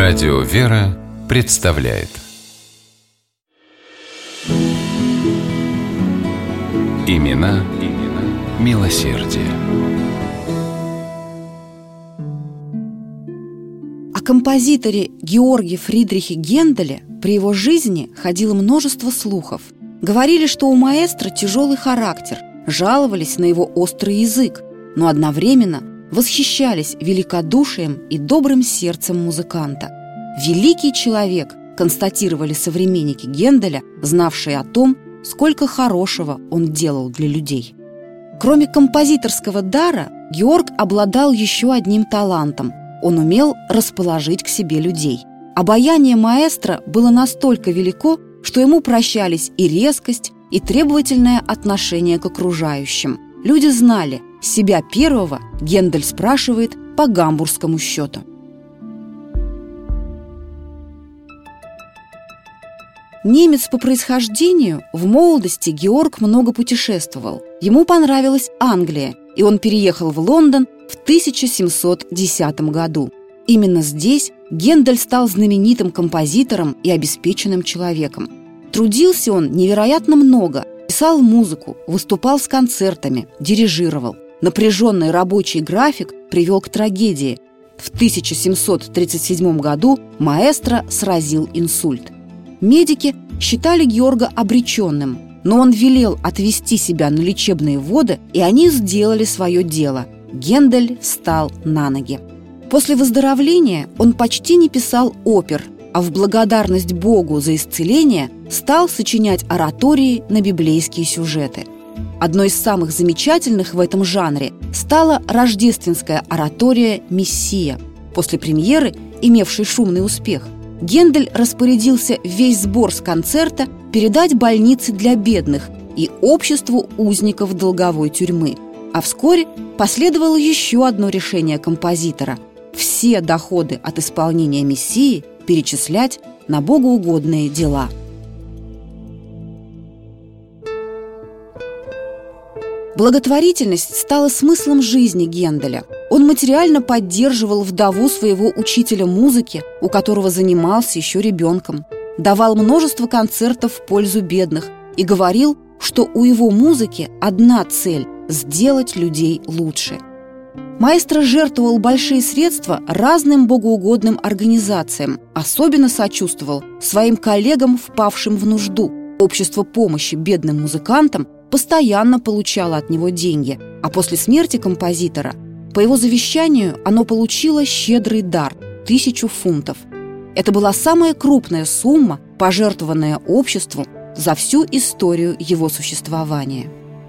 Радио «Вера» представляет Имена милосердия. О композиторе Георге Фридрихе Генделе при его жизни ходило множество слухов. Говорили, что у маэстро тяжелый характер, жаловались на его острый язык, но одновременно восхищались великодушием и добрым сердцем музыканта. «Великий человек», констатировали современники Генделя, знавшие о том, сколько хорошего он делал для людей. Кроме композиторского дара, Георг обладал еще одним талантом. Он умел расположить к себе людей. Обаяние маэстро было настолько велико, что ему прощались и резкость, и требовательное отношение к окружающим. Люди знали, себя первого Гендель спрашивает по гамбургскому счету. Немец по происхождению, в молодости Георг много путешествовал. Ему понравилась Англия, и он переехал в Лондон в 1710 году. Именно здесь Гендель стал знаменитым композитором и обеспеченным человеком. Трудился он невероятно много, писал музыку, выступал с концертами, дирижировал. Напряженный рабочий график привел к трагедии. В 1737 году маэстро сразил инсульт. Медики считали Георга обреченным, но он велел отвезти себя на лечебные воды, и они сделали свое дело. Гендель встал на ноги. После выздоровления он почти не писал опер, а в благодарность Богу за исцеление стал сочинять оратории на библейские сюжеты. Одной из самых замечательных в этом жанре стала рождественская оратория «Мессия». После премьеры, имевшей шумный успех, Гендель распорядился весь сбор с концерта передать больнице для бедных и обществу узников долговой тюрьмы. А вскоре последовало еще одно решение композитора – все доходы от исполнения «Мессии» перечислять на богоугодные дела. Благотворительность стала смыслом жизни Генделя. Он материально поддерживал вдову своего учителя музыки, у которого занимался еще ребенком, давал множество концертов в пользу бедных и говорил, что у его музыки одна цель – сделать людей лучше. Маэстро жертвовал большие средства разным богоугодным организациям, особенно сочувствовал своим коллегам, впавшим в нужду. Общество помощи бедным музыкантам постоянно получало от него деньги, а после смерти композитора, по его завещанию, оно получило щедрый дар – 1000 фунтов. Это была самая крупная сумма, пожертвованная обществу за всю историю его существования.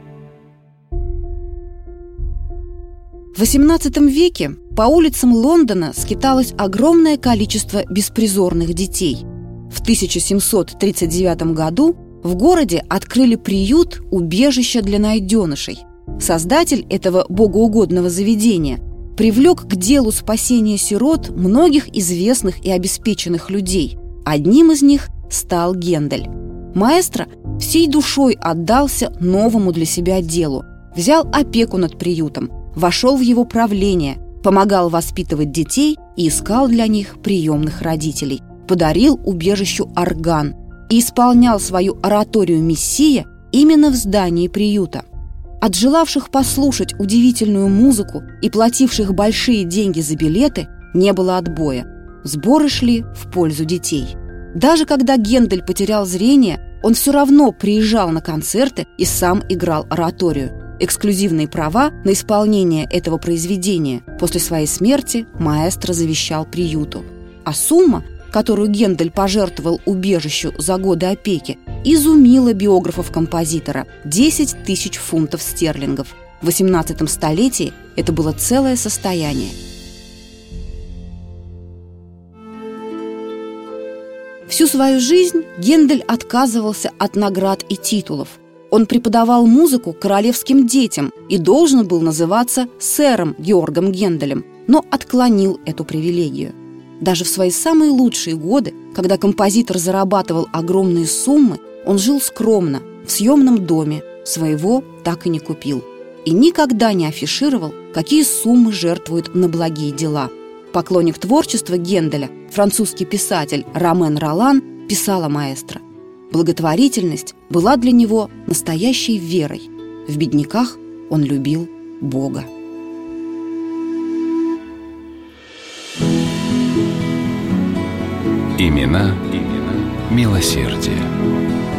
В XVIII веке по улицам Лондона скиталось огромное количество беспризорных детей. В 1739 году в городе открыли приют «Убежище для найденышей». Создатель этого богоугодного заведения привлек к делу спасения сирот многих известных и обеспеченных людей. Одним из них стал Гендель. Маэстро всей душой отдался новому для себя делу, взял опеку над приютом, вошел в его правление, помогал воспитывать детей и искал для них приемных родителей, подарил убежищу орган и исполнял свою ораторию «Мессия» именно в здании приюта. От желавших послушать удивительную музыку и плативших большие деньги за билеты не было отбоя. Сборы шли в пользу детей. Даже когда Гендель потерял зрение, он все равно приезжал на концерты и сам играл ораторию. Эксклюзивные права на исполнение этого произведения после своей смерти маэстро завещал приюту. А сумма, которую Гендель пожертвовал убежищу за годы опеки, изумила биографов композитора – 10 000 фунтов стерлингов. В XVIII столетии это было целое состояние. Всю свою жизнь Гендель отказывался от наград и титулов. Он преподавал музыку королевским детям и должен был называться сэром Георгом Генделем, но отклонил эту привилегию. Даже в свои самые лучшие годы, когда композитор зарабатывал огромные суммы, он жил скромно, в съемном доме, своего так и не купил. И никогда не афишировал, какие суммы жертвует на благие дела. Поклонник творчества Генделя французский писатель Ромен Ролан писал о маэстро: благотворительность была для него настоящей верой. В бедняках он любил Бога. Имена милосердия.